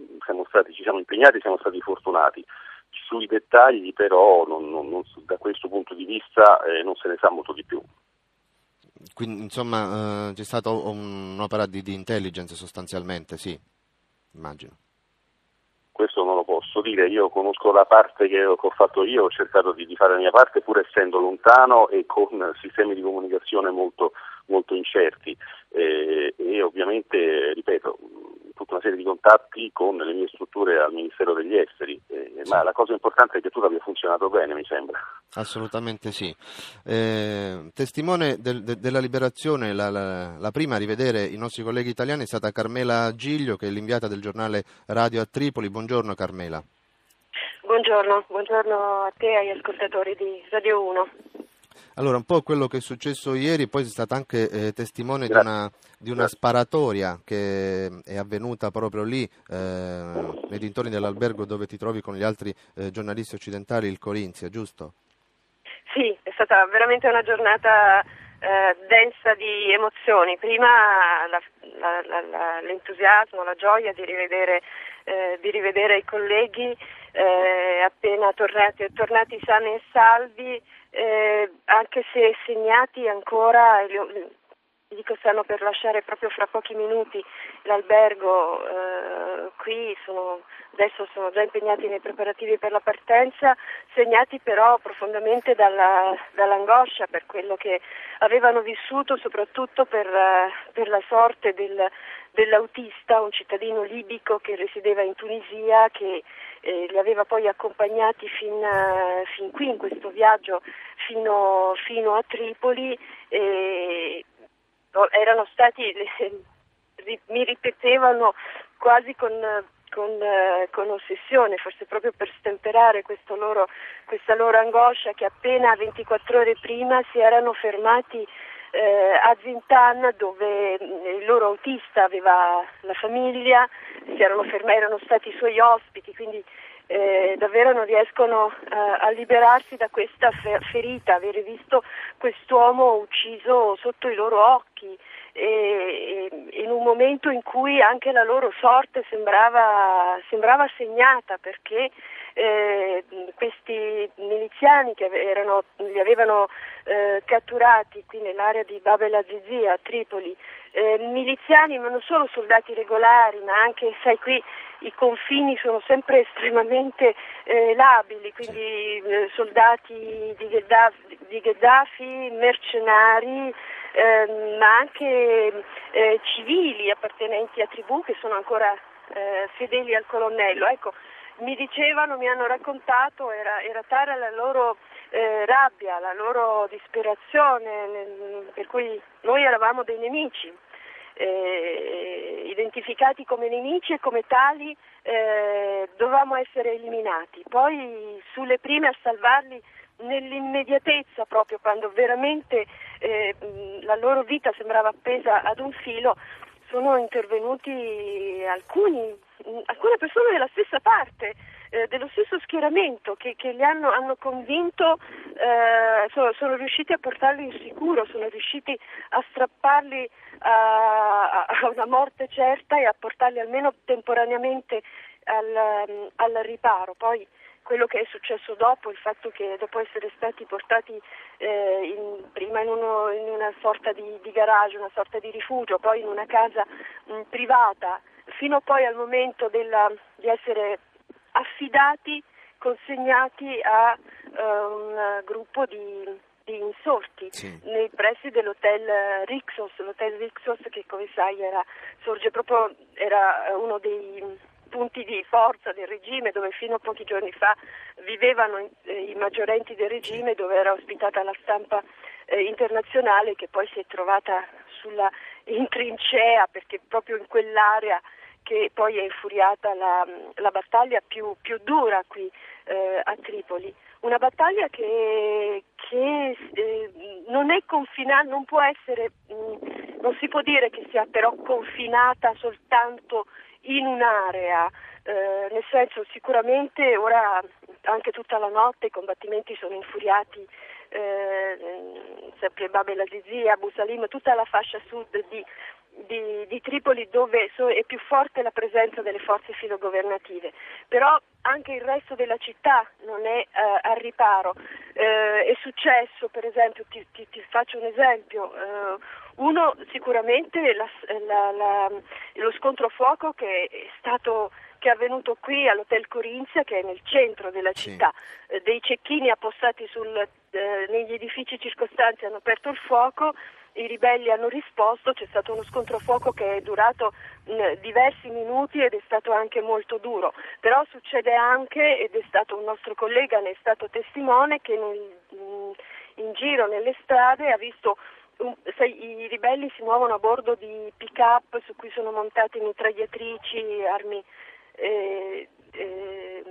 Speaker 5: siamo stati, ci siamo impegnati, siamo stati fortunati. Sui dettagli però non, non, non, da questo punto di vista eh, non se ne sa molto di più.
Speaker 2: Quindi insomma eh, c'è stata un'opera di, di intelligence sostanzialmente, sì, immagino.
Speaker 5: Questo non lo posso dire, io conosco la parte che ho fatto io, ho cercato di, di fare la mia parte pur essendo lontano e con sistemi di comunicazione molto, molto incerti eh, e ovviamente, ripeto, tutta una serie di contatti con le mie strutture al Ministero degli Esteri, eh, sì. Ma la cosa importante è che tutto abbia funzionato bene, mi sembra.
Speaker 2: Assolutamente sì. Eh, testimone del, de, della liberazione, la, la, la prima a rivedere i nostri colleghi italiani è stata Carmela Giglio, che è l'inviata del giornale Radio a Tripoli. Buongiorno Carmela.
Speaker 7: Buongiorno, buongiorno a te e agli ascoltatori di Radio uno.
Speaker 2: Allora, un po' quello che è successo ieri, poi sei stata anche eh, testimone di una, di una sparatoria che è avvenuta proprio lì, eh, nei dintorni dell'albergo dove ti trovi con gli altri eh, giornalisti occidentali, il Corinzia, giusto?
Speaker 7: Sì, è stata veramente una giornata eh, densa di emozioni. Prima la, la, la, la, l'entusiasmo, la gioia di rivedere, eh, di rivedere i colleghi eh, appena tornati, tornati sani e salvi. Eh, anche se segnati ancora, dico stanno per lasciare proprio fra pochi minuti l'albergo, eh, qui sono, adesso sono già impegnati nei preparativi per la partenza, segnati però profondamente dalla, dall'angoscia per quello che avevano vissuto, soprattutto per, per la sorte del, dell'autista, un cittadino libico che risiedeva in Tunisia, che eh, li aveva poi accompagnati fin, uh, fin qui in questo viaggio fino, fino a Tripoli. E erano stati, mi ripetevano quasi con, con, con ossessione, forse proprio per stemperare questo loro, questa loro angoscia, che appena ventiquattro ore prima si erano fermati eh, a Zintan, dove il loro autista aveva la famiglia, si erano fermati, erano stati i suoi ospiti, quindi Eh, davvero non riescono eh, a liberarsi da questa ferita, avere visto quest'uomo ucciso sotto i loro occhi e, e in un momento in cui anche la loro sorte sembrava, sembrava segnata, perché eh, questi miliziani che erano, li avevano eh, catturati qui nell'area di Bab el Azizi a Tripoli, eh, miliziani ma non solo soldati regolari, ma anche, sai, qui i confini sono sempre estremamente eh, labili, quindi eh, soldati di Gheddafi, di Gheddafi mercenari, eh, ma anche eh, civili appartenenti a tribù che sono ancora eh, fedeli al colonnello. Ecco, mi dicevano, mi hanno raccontato, era, era tale la loro eh, rabbia, la loro disperazione, per cui noi eravamo dei nemici. Eh, identificati come nemici e come tali eh, dovevamo essere eliminati. Poi sulle prime a salvarli nell'immediatezza, proprio quando veramente eh, la loro vita sembrava appesa ad un filo, sono intervenuti alcuni, alcune persone della stessa parte, eh, dello stesso schieramento, che, che li hanno, hanno convinto, eh, sono, sono riusciti a portarli in sicuro, sono riusciti a strapparli a, a una morte certa e a portarli almeno temporaneamente al, al riparo. Poi quello che è successo dopo, il fatto che dopo essere stati portati eh, in, prima in, uno, in una sorta di, di garage, una sorta di rifugio, poi in una casa mh, privata, fino poi al momento della, di essere affidati, consegnati a uh, un gruppo di, di insorti, sì, nei pressi dell'hotel Rixos, l'hotel Rixos che, come sai, era, sorge proprio, era uno dei punti di forza del regime, dove fino a pochi giorni fa vivevano eh, i maggiorenti del regime, dove era ospitata la stampa eh, internazionale, che poi si è trovata sulla, in trincea, perché proprio in quell'area che poi è infuriata la, la battaglia più, più dura qui eh, a Tripoli. Una battaglia che, che eh, non è confinata, non può essere, mh, non si può dire che sia però confinata soltanto in un'area, eh, nel senso, sicuramente ora anche tutta la notte i combattimenti sono infuriati, eh, sempre Bab el Azizi, Abu Salim, tutta la fascia sud di, di, di Tripoli, dove so, è più forte la presenza delle forze filogovernative, però anche il resto della città non è uh, al riparo. Uh, è successo, per esempio, ti, ti, ti faccio un esempio, uh, uno sicuramente la, la, la, lo scontro a fuoco che è stato che è avvenuto qui all'Hotel Corinzia, che è nel centro della città. Sì. Eh, dei cecchini appostati sul, eh, negli edifici circostanti hanno aperto il fuoco, i ribelli hanno risposto, c'è stato uno scontro a fuoco che è durato mh, diversi minuti ed è stato anche molto duro, però succede anche, ed è stato un nostro collega, ne è stato testimone, che nel, mh, in giro nelle strade ha visto um, sai, i ribelli si muovono a bordo di pick-up su cui sono montate mitragliatrici, armi Eh, eh,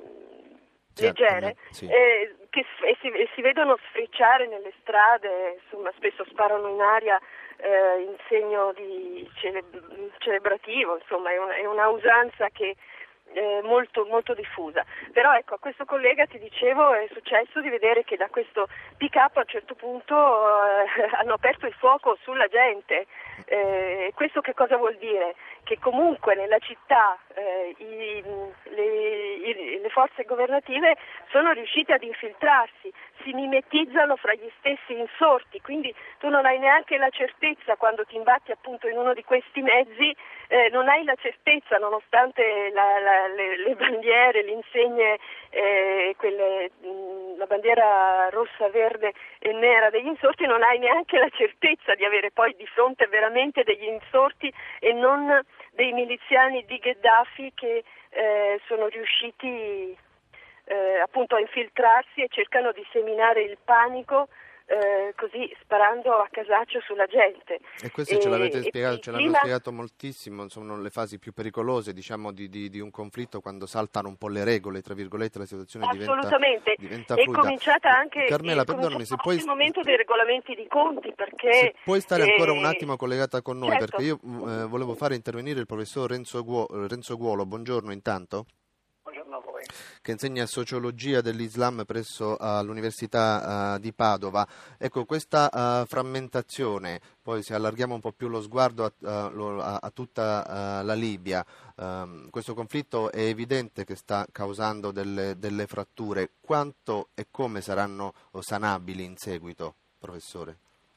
Speaker 7: leggere, sì. eh, che e si, e si vedono sfrecciare nelle strade, insomma spesso sparano in aria eh, in segno di cele, celebrativo, insomma è, un, è una usanza che è molto, molto diffusa. Però ecco, a questo collega, ti dicevo, è successo di vedere che da questo pick-up a un certo punto eh, hanno aperto il fuoco sulla gente. Eh, questo che cosa vuol dire? Che comunque nella città eh, i, le, i, le forze governative sono riuscite ad infiltrarsi, si mimetizzano fra gli stessi insorti, quindi tu non hai neanche la certezza, quando ti imbatti appunto in uno di questi mezzi, eh, non hai la certezza, nonostante la, la, le, le bandiere, le insegne, eh, quelle, mh, la bandiera rossa, verde e nera degli insorti, non hai neanche la certezza di avere poi di fronte veramente degli insorti e non dei miliziani di Gheddafi che eh, sono riusciti eh, appunto a infiltrarsi e cercano di seminare il panico eh, così sparando a casaccio sulla gente.
Speaker 2: E questo e, ce l'avete spiegato, ce l'hanno
Speaker 7: clima...
Speaker 2: spiegato moltissimo, sono le fasi più pericolose, diciamo, di, di, di un conflitto, quando saltano un po' le regole, tra virgolette, la situazione
Speaker 7: Assolutamente.
Speaker 2: diventa, diventa
Speaker 7: fluida. È cominciata anche
Speaker 2: Carmela,
Speaker 7: è
Speaker 2: perdonami, se puoi...
Speaker 7: il momento dei regolamenti di conti, perché...
Speaker 2: Se puoi stare
Speaker 7: eh...
Speaker 2: ancora un attimo collegata con noi,
Speaker 7: certo.
Speaker 2: perché io eh, volevo fare intervenire il professor Renzo, Guo, Renzo Guolo, buongiorno intanto.
Speaker 8: Buongiorno a voi.
Speaker 2: Che insegna sociologia dell'Islam presso uh, l'Università uh, di Padova. Ecco, questa uh, frammentazione, poi se allarghiamo un po' più lo sguardo a, uh, lo, a, a tutta uh, la Libia, um, questo conflitto è evidente che sta causando delle, delle fratture. Quanto e come saranno sanabili in seguito, professore?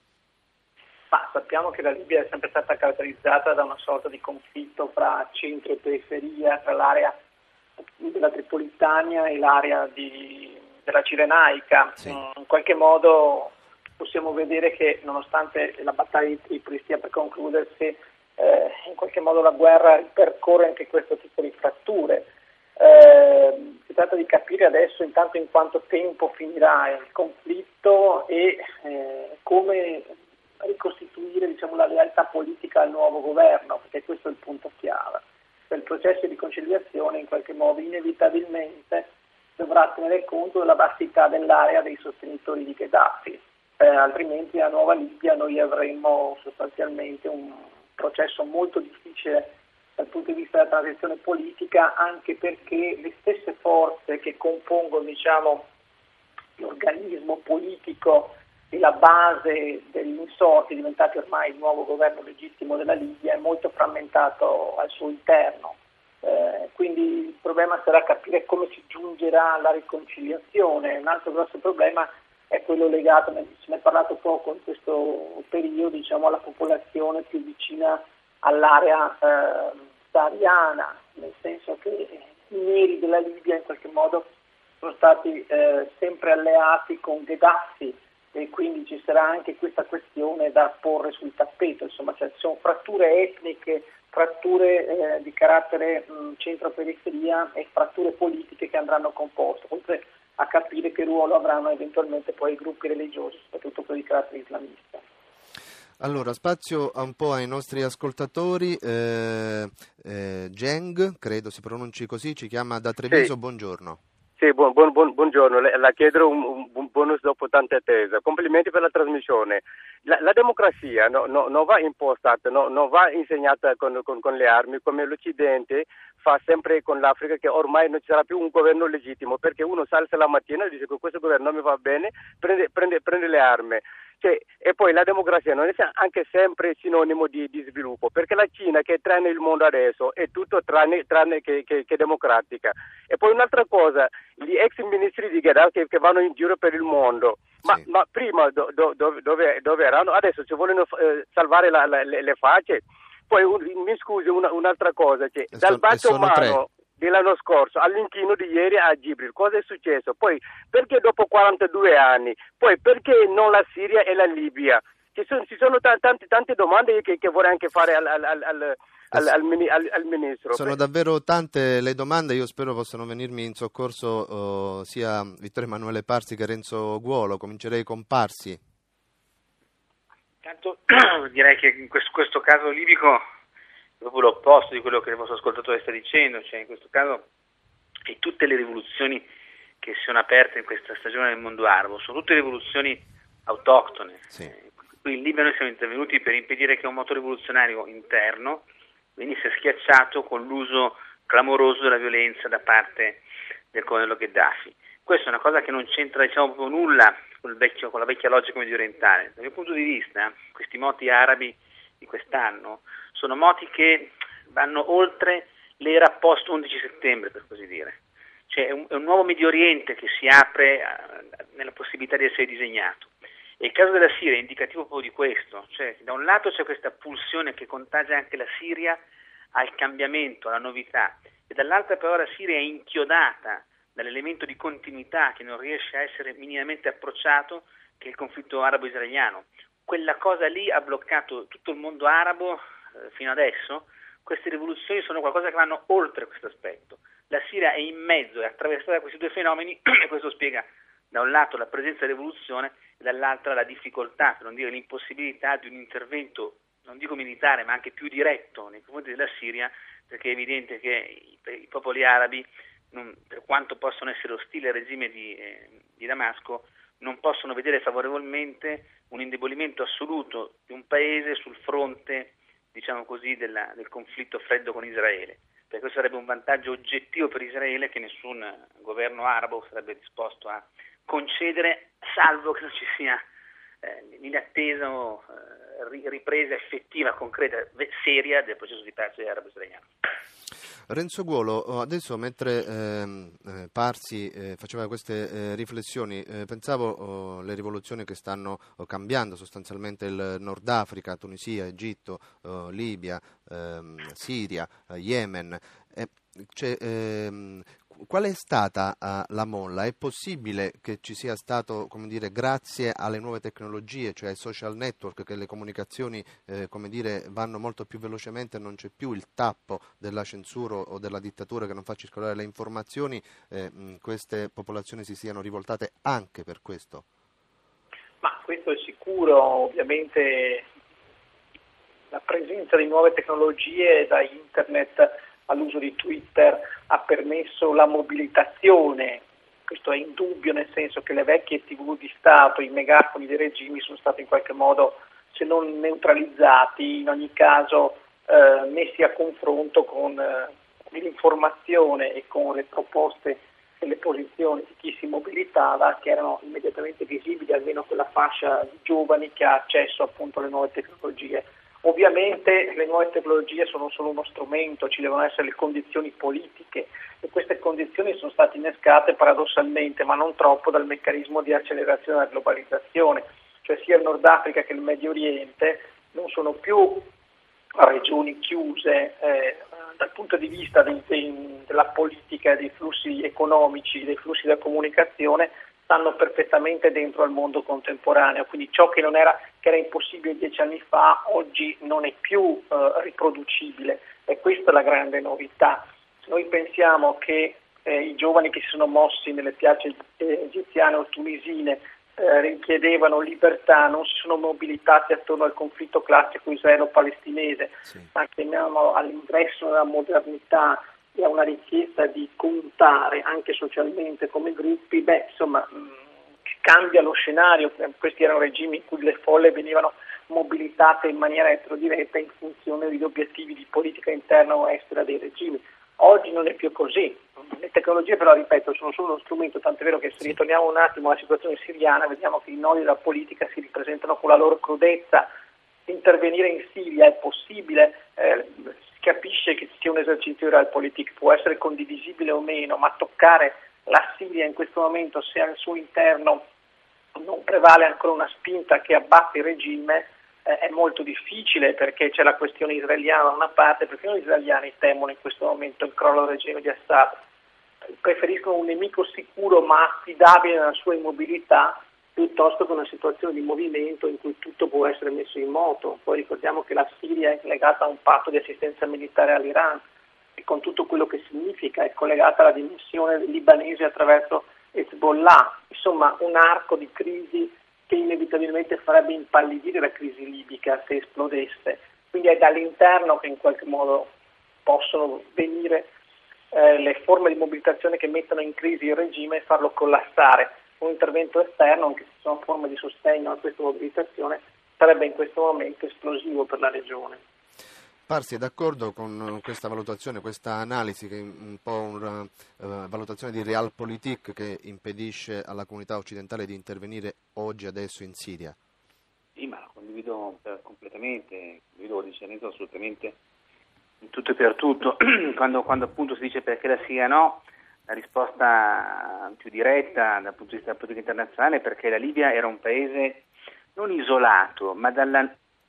Speaker 8: Ma sappiamo che la Libia è sempre stata caratterizzata da una sorta di conflitto fra centro e periferia, tra l'area della Tripolitania e l'area di, della Cirenaica. Sì. In qualche modo possiamo vedere che, nonostante la battaglia di Tripoli stia per concludersi, eh, in qualche modo la guerra ripercorre anche questo tipo di fratture. Eh, si tratta di capire adesso intanto in quanto tempo finirà il conflitto e eh, come ricostituire, diciamo, la lealtà politica al nuovo governo, perché questo è il punto chiave. Il processo di conciliazione in qualche modo inevitabilmente dovrà tenere conto della vastità dell'area dei sostenitori di Gheddafi, eh, altrimenti a Nuova Libia noi avremmo sostanzialmente un processo molto difficile dal punto di vista della transizione politica, anche perché le stesse forze che compongono, diciamo, l'organismo politico e la base degli insorti, diventati ormai il nuovo governo legittimo della Libia, è molto frammentato al suo interno. Eh, quindi il problema sarà capire come si giungerà alla riconciliazione. Un altro grosso problema è quello legato, se ne è parlato poco in questo periodo, diciamo, alla popolazione più vicina all'area eh, sahariana, nel senso che i neri della Libia in qualche modo sono stati eh, sempre alleati con Gheddafi, e quindi ci sarà anche questa questione da porre sul tappeto. Insomma, cioè, ci sono fratture etniche, fratture eh, di carattere mh, centro-periferia e fratture politiche che andranno composte, oltre a capire che ruolo avranno eventualmente poi i gruppi religiosi, soprattutto quelli di carattere islamista.
Speaker 2: Allora, spazio un po' ai nostri ascoltatori. eh, eh, Geng, credo si pronunci così, ci chiama da Treviso, sì. Buongiorno.
Speaker 9: Sì, buon, buon, buon, buongiorno, le, la chiedo un, un bonus dopo tanta attesa. Complimenti per la trasmissione. La, la democrazia no, no, non va impostata, no, non va insegnata con, con, con le armi, come l'Occidente fa sempre con l'Africa, che ormai non ci sarà più un governo legittimo, perché uno si alza la mattina e dice che questo governo non mi va bene, prende, prende, prende le armi. Cioè, e poi la democrazia non è anche sempre sinonimo di, di sviluppo, perché la Cina che traina il mondo adesso è tutto tranne, tranne che, che, che democratica. E poi un'altra cosa, gli ex ministri di Gheddafi che, che vanno in giro per il mondo, ma, sì. ma prima do, do, do, dove, dove erano? Adesso ci vogliono eh, salvare la, la, le, le facce. Poi un, mi scusi una, un'altra cosa, cioè, dal bacio mano dell'anno scorso all'inchino di ieri a Gibril, cosa è successo? Poi perché dopo quarantadue anni? Poi perché non la Siria e la Libia? Ci sono, ci sono t- tante, tante domande che, che vorrei anche fare al, al, al, al, al, al, al Ministro.
Speaker 2: Sono davvero tante le domande, io spero possano venirmi in soccorso uh, sia Vittorio Emanuele Parsi che Renzo Guolo. Comincerei con Parsi.
Speaker 6: Intanto direi che in questo, questo caso libico proprio l'opposto di quello che il vostro ascoltatore sta dicendo, cioè in questo caso e tutte le rivoluzioni che si sono aperte in questa stagione nel mondo arabo sono tutte rivoluzioni autoctone.
Speaker 2: Sì.
Speaker 6: Eh, qui in Libia noi siamo intervenuti per impedire che un motore rivoluzionario interno venisse schiacciato con l'uso clamoroso della violenza da parte del colonnello Gheddafi. Questa è una cosa che non c'entra diciamo proprio nulla con, il vecchio, con la vecchia logica medio orientale. Dal mio punto di vista questi moti arabi di quest'anno sono moti che vanno oltre l'era post undici settembre, per così dire. Cioè è un, è un nuovo Medio Oriente che si apre a, a, nella possibilità di essere disegnato. E il caso della Siria è indicativo proprio di questo. Cioè, da un lato c'è questa pulsione che contagia anche la Siria al cambiamento, alla novità, e dall'altra però la Siria è inchiodata dall'elemento di continuità che non riesce a essere minimamente approcciato, che è il conflitto arabo-israeliano. Quella cosa lì ha bloccato tutto il mondo arabo eh, fino adesso. Queste rivoluzioni sono qualcosa che vanno oltre questo aspetto. La Siria è in mezzo, è attraversata da questi due fenomeni e questo spiega da un lato la presenza della rivoluzione e dall'altra la difficoltà, per non dire l'impossibilità di un intervento, non dico militare, ma anche più diretto nei confronti della Siria, perché è evidente che i, i popoli arabi, non, per quanto possono essere ostili al regime di, eh, di Damasco, non possono vedere favorevolmente un indebolimento assoluto di un paese sul fronte, diciamo così, della, del conflitto freddo con Israele. Perché questo sarebbe un vantaggio oggettivo per Israele che nessun governo arabo sarebbe disposto a concedere, salvo che non ci sia eh, l'inattesa eh, ripresa effettiva, concreta, seria del processo di pace arabo-israeliano.
Speaker 2: Renzo Guolo, adesso mentre ehm, eh, Parsi eh, faceva queste eh, riflessioni, eh, pensavo alle oh, rivoluzioni che stanno oh, cambiando sostanzialmente il Nord Africa, Tunisia, Egitto, oh, Libia, ehm, Siria, eh, Yemen. Eh, cioè, ehm, qual è stata uh, la molla? È possibile che ci sia stato, come dire, grazie alle nuove tecnologie, cioè ai social network, che le comunicazioni, eh, come dire, vanno molto più velocemente, non c'è più il tappo della censura o della dittatura che non fa circolare le informazioni, eh, mh, queste popolazioni si siano rivoltate anche per questo?
Speaker 8: Ma questo è sicuro, ovviamente la presenza di nuove tecnologie da internet all'uso di Twitter ha permesso la mobilitazione, questo è indubbio, nel senso che le vecchie tivù di Stato, i megafoni dei regimi sono stati in qualche modo, se non neutralizzati, in ogni caso eh, messi a confronto con eh, l'informazione e con le proposte e le posizioni di chi si mobilitava, che erano immediatamente visibili, almeno quella fascia di giovani che ha accesso appunto alle nuove tecnologie. Ovviamente le nuove tecnologie sono solo uno strumento, ci devono essere le condizioni politiche e queste condizioni sono state innescate paradossalmente, ma non troppo, dal meccanismo di accelerazione della globalizzazione, cioè sia il Nord Africa che il Medio Oriente non sono più regioni chiuse eh, dal punto di vista di, di, della politica, dei flussi economici, dei flussi della comunicazione, stanno perfettamente dentro al mondo contemporaneo, quindi ciò che non era, che era impossibile dieci anni fa, oggi non è più eh, riproducibile, e questa è la grande novità. Se noi pensiamo che eh, i giovani che si sono mossi nelle piazze egiziane o tunisine eh, richiedevano libertà, non si sono mobilitati attorno al conflitto classico israelo-palestinese, sì, ma chiamiamo all'ingresso nella modernità e a una richiesta di contare anche socialmente come gruppi, beh, insomma, mh, cambia lo scenario. Questi erano regimi in cui le folle venivano mobilitate in maniera eterodiretta in funzione degli obiettivi di politica interna o estera dei regimi. Oggi non è più così. Le tecnologie però, ripeto, sono solo uno strumento, tant'è vero che se ritorniamo un attimo alla situazione siriana vediamo che i nodi della politica si ripresentano con la loro crudezza. Intervenire in Siria è possibile, eh, si capisce che sia un esercizio di realpolitik, può essere condivisibile o meno, ma toccare la Siria in questo momento, se al suo interno non prevale ancora una spinta che abbatte il regime, eh, è molto difficile, perché c'è la questione israeliana da una parte, perché gli israeliani temono in questo momento il crollo del regime di Assad, preferiscono un nemico sicuro ma affidabile nella sua immobilità, piuttosto che una situazione di movimento in cui tutto può essere messo in moto. Poi ricordiamo che la Siria è legata a un patto di assistenza militare all'Iran e con tutto quello che significa, è collegata alla dimensione libanese attraverso Hezbollah, insomma un arco di crisi che inevitabilmente farebbe impallidire la crisi libica se esplodesse. Quindi è dall'interno che in qualche modo possono venire eh, le forme di mobilitazione che mettono in crisi il regime e farlo collassare. Un intervento esterno, anche se sono forme di sostegno a questa mobilitazione, sarebbe in questo momento esplosivo per la regione.
Speaker 2: Parsi è d'accordo con questa valutazione, questa analisi che è un po' una uh, valutazione di realpolitik che impedisce alla comunità occidentale di intervenire oggi, adesso in Siria?
Speaker 6: Sì, ma lo condivido per, completamente, condivido dicendo assolutamente in tutto e per tutto. quando, quando appunto si dice perché la Siria no, la risposta più diretta dal punto di vista della politica internazionale è perché la Libia era un paese non isolato, ma dalla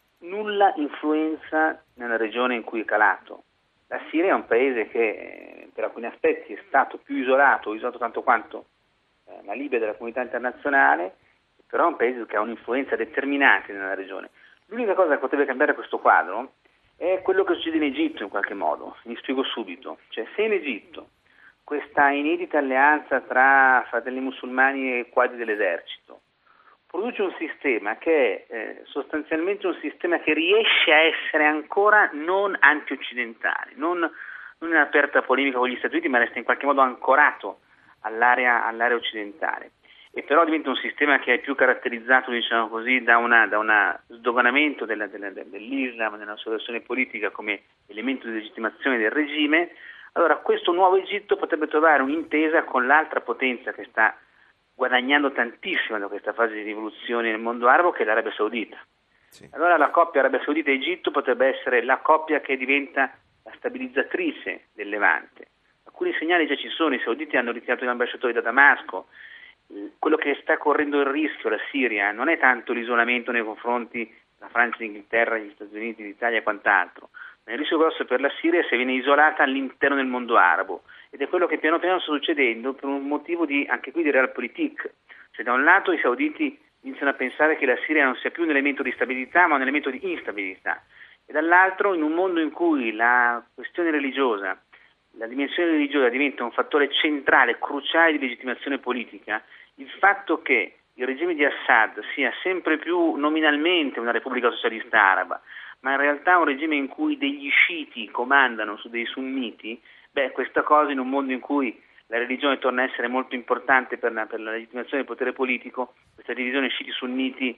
Speaker 6: nulla influenza nella regione in cui è calato. La Siria è un paese che per alcuni aspetti è stato più isolato, isolato tanto quanto eh, la Libia della comunità internazionale, però è un paese che ha un'influenza determinante nella regione. L'unica cosa che potrebbe cambiare questo quadro è quello che succede in Egitto in qualche modo. Mi spiego subito. Cioè, se in Egitto questa inedita alleanza tra fratelli musulmani e quadri dell'esercito produce un sistema che è eh, sostanzialmente un sistema che riesce a essere ancora non anti-occidentale, non, non in aperta polemica con gli Stati Uniti, ma resta in qualche modo ancorato all'area, all'area occidentale. E però diventa un sistema che è più caratterizzato, diciamo così, da una da una sdoganamento della, della, dell'Islam nella sua versione politica come elemento di legittimazione del regime. Allora questo nuovo Egitto potrebbe trovare un'intesa con l'altra potenza che sta guadagnando tantissimo da questa fase di rivoluzione nel mondo arabo, che è l'Arabia Saudita. Sì. Allora la coppia Arabia Saudita e Egitto potrebbe essere la coppia che diventa la stabilizzatrice del Levante. Alcuni segnali già ci sono, i sauditi hanno ritirato gli ambasciatori da Damasco. Quello che sta correndo il rischio la Siria non è tanto l'isolamento nei confronti della Francia, l'Inghilterra, gli Stati Uniti, l'Italia e quant'altro, ma il rischio grosso per la Siria è se viene isolata all'interno del mondo arabo, ed è quello che piano piano sta succedendo per un motivo di, anche qui di realpolitik. Cioè, da un lato i sauditi iniziano a pensare che la Siria non sia più un elemento di stabilità ma un elemento di instabilità, e dall'altro in un mondo in cui la questione religiosa, la dimensione religiosa diventa un fattore centrale, cruciale di legittimazione politica, il fatto che il regime di Assad sia sempre più nominalmente una repubblica socialista araba, ma in realtà un regime in cui degli sciiti comandano su dei sunniti, beh, questa cosa in un mondo in cui la religione torna a essere molto importante per la, per la legittimazione del potere politico, questa divisione sciiti-sunniti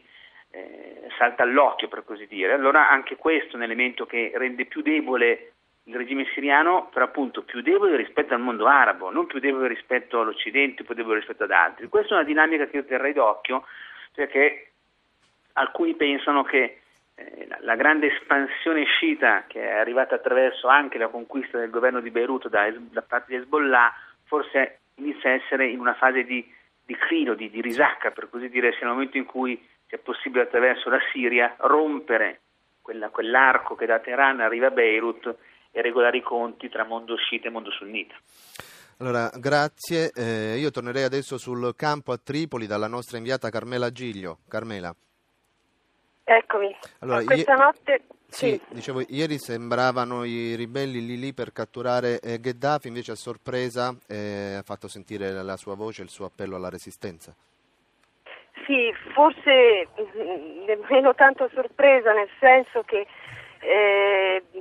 Speaker 6: eh, salta all'occhio, per così dire. Allora anche questo è un elemento che rende più debole il regime siriano, però appunto più debole rispetto al mondo arabo, non più debole rispetto all'Occidente, più debole rispetto ad altri. Questa è una dinamica che io terrei d'occhio, perché alcuni pensano che eh, la, la grande espansione sciita che è arrivata attraverso anche la conquista del governo di Beirut da, da parte di Hezbollah forse inizia a essere in una fase di declino, di, di risacca, per così dire, sia nel momento in cui sia possibile attraverso la Siria rompere quella, quell'arco che da Teheran arriva a Beirut e regolare i conti tra mondo sciita e mondo sunnita.
Speaker 2: Allora, grazie. Eh, io tornerei adesso sul campo a Tripoli dalla nostra inviata Carmela Giglio. Carmela.
Speaker 7: Eccomi.
Speaker 2: Allora,
Speaker 7: questa
Speaker 2: i-
Speaker 7: notte...
Speaker 2: Sì,
Speaker 7: Sì.
Speaker 2: dicevo, ieri sembravano i ribelli lì lì per catturare eh, Gheddafi, invece a sorpresa eh, ha fatto sentire la sua voce, il suo appello alla resistenza.
Speaker 7: Sì, forse mh, nemmeno tanto sorpresa, nel senso che eh,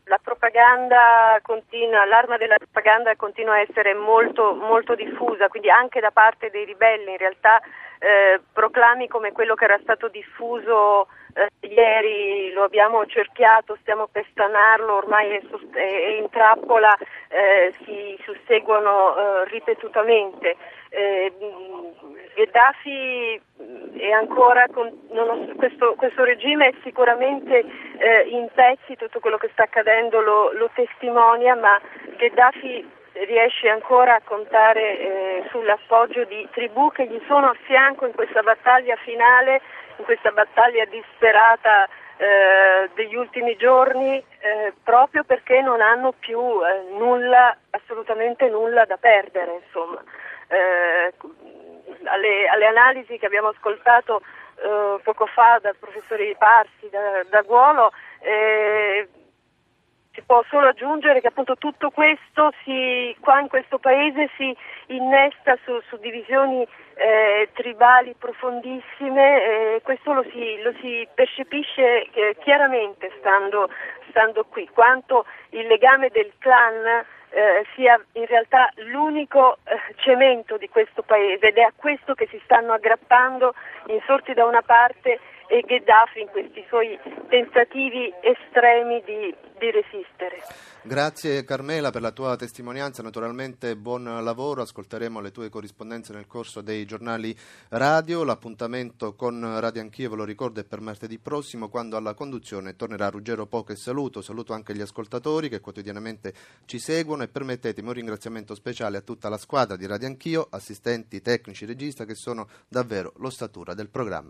Speaker 7: la propaganda continua, l'arma della propaganda continua a essere molto, molto diffusa, quindi anche da parte dei ribelli. In realtà eh, proclami come quello che era stato diffuso eh, ieri, lo abbiamo cerchiato, stiamo per stanarlo, ormai è, è in trappola, eh, si susseguono eh, ripetutamente. Eh, Gheddafi è ancora con, non, questo, questo regime è sicuramente eh, in pezzi, tutto quello che sta accadendo lo, lo testimonia, ma Gheddafi riesce ancora a contare eh, sull'appoggio di tribù che gli sono a fianco in questa battaglia finale, in questa battaglia disperata eh, degli ultimi giorni, eh, proprio perché non hanno più eh, nulla, assolutamente nulla da perdere, insomma. Eh, alle, alle analisi che abbiamo ascoltato eh, poco fa dal professore Parsi, da, da Guolo, eh, si può solo aggiungere che appunto tutto questo si, qua in questo paese si innesta su, su divisioni eh, tribali profondissime, e questo lo si, lo si percepisce eh, chiaramente stando, stando qui, quanto il legame del clan Eh, sia in realtà l'unico eh, cemento di questo paese, ed è a questo che si stanno aggrappando insorti da una parte e Gheddafi in questi suoi tentativi estremi di, di resistere.
Speaker 2: Grazie Carmela per la tua testimonianza, naturalmente buon lavoro, ascolteremo le tue corrispondenze nel corso dei giornali radio. L'appuntamento con Radio Anch'io, ve lo ricordo, è per martedì prossimo, quando alla conduzione tornerà Ruggero Po, che saluto, saluto anche gli ascoltatori che quotidianamente ci seguono, e permettetemi un ringraziamento speciale a tutta la squadra di Radio Anch'io, assistenti, tecnici, regista, che sono davvero l'ossatura del programma.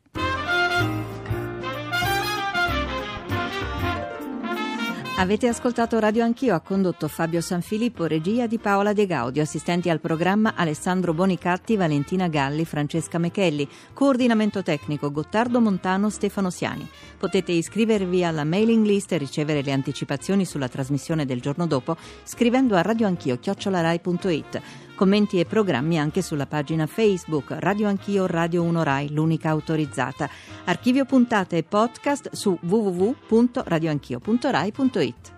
Speaker 10: Avete ascoltato Radio Anch'io, ha condotto Fabio Sanfilippo, regia di Paola De Gaudio, assistenti al programma Alessandro Bonicatti, Valentina Galli, Francesca Mechelli, coordinamento tecnico Gottardo Montano, Stefano Siani. Potete iscrivervi alla mailing list e ricevere le anticipazioni sulla trasmissione del giorno dopo scrivendo a radioanchio chiocciola rai punto it. Commenti e programmi anche sulla pagina Facebook Radio Anch'io Radio uno Rai, l'unica autorizzata. Archivio puntate e podcast su w w w punto radioanchio punto rai punto it.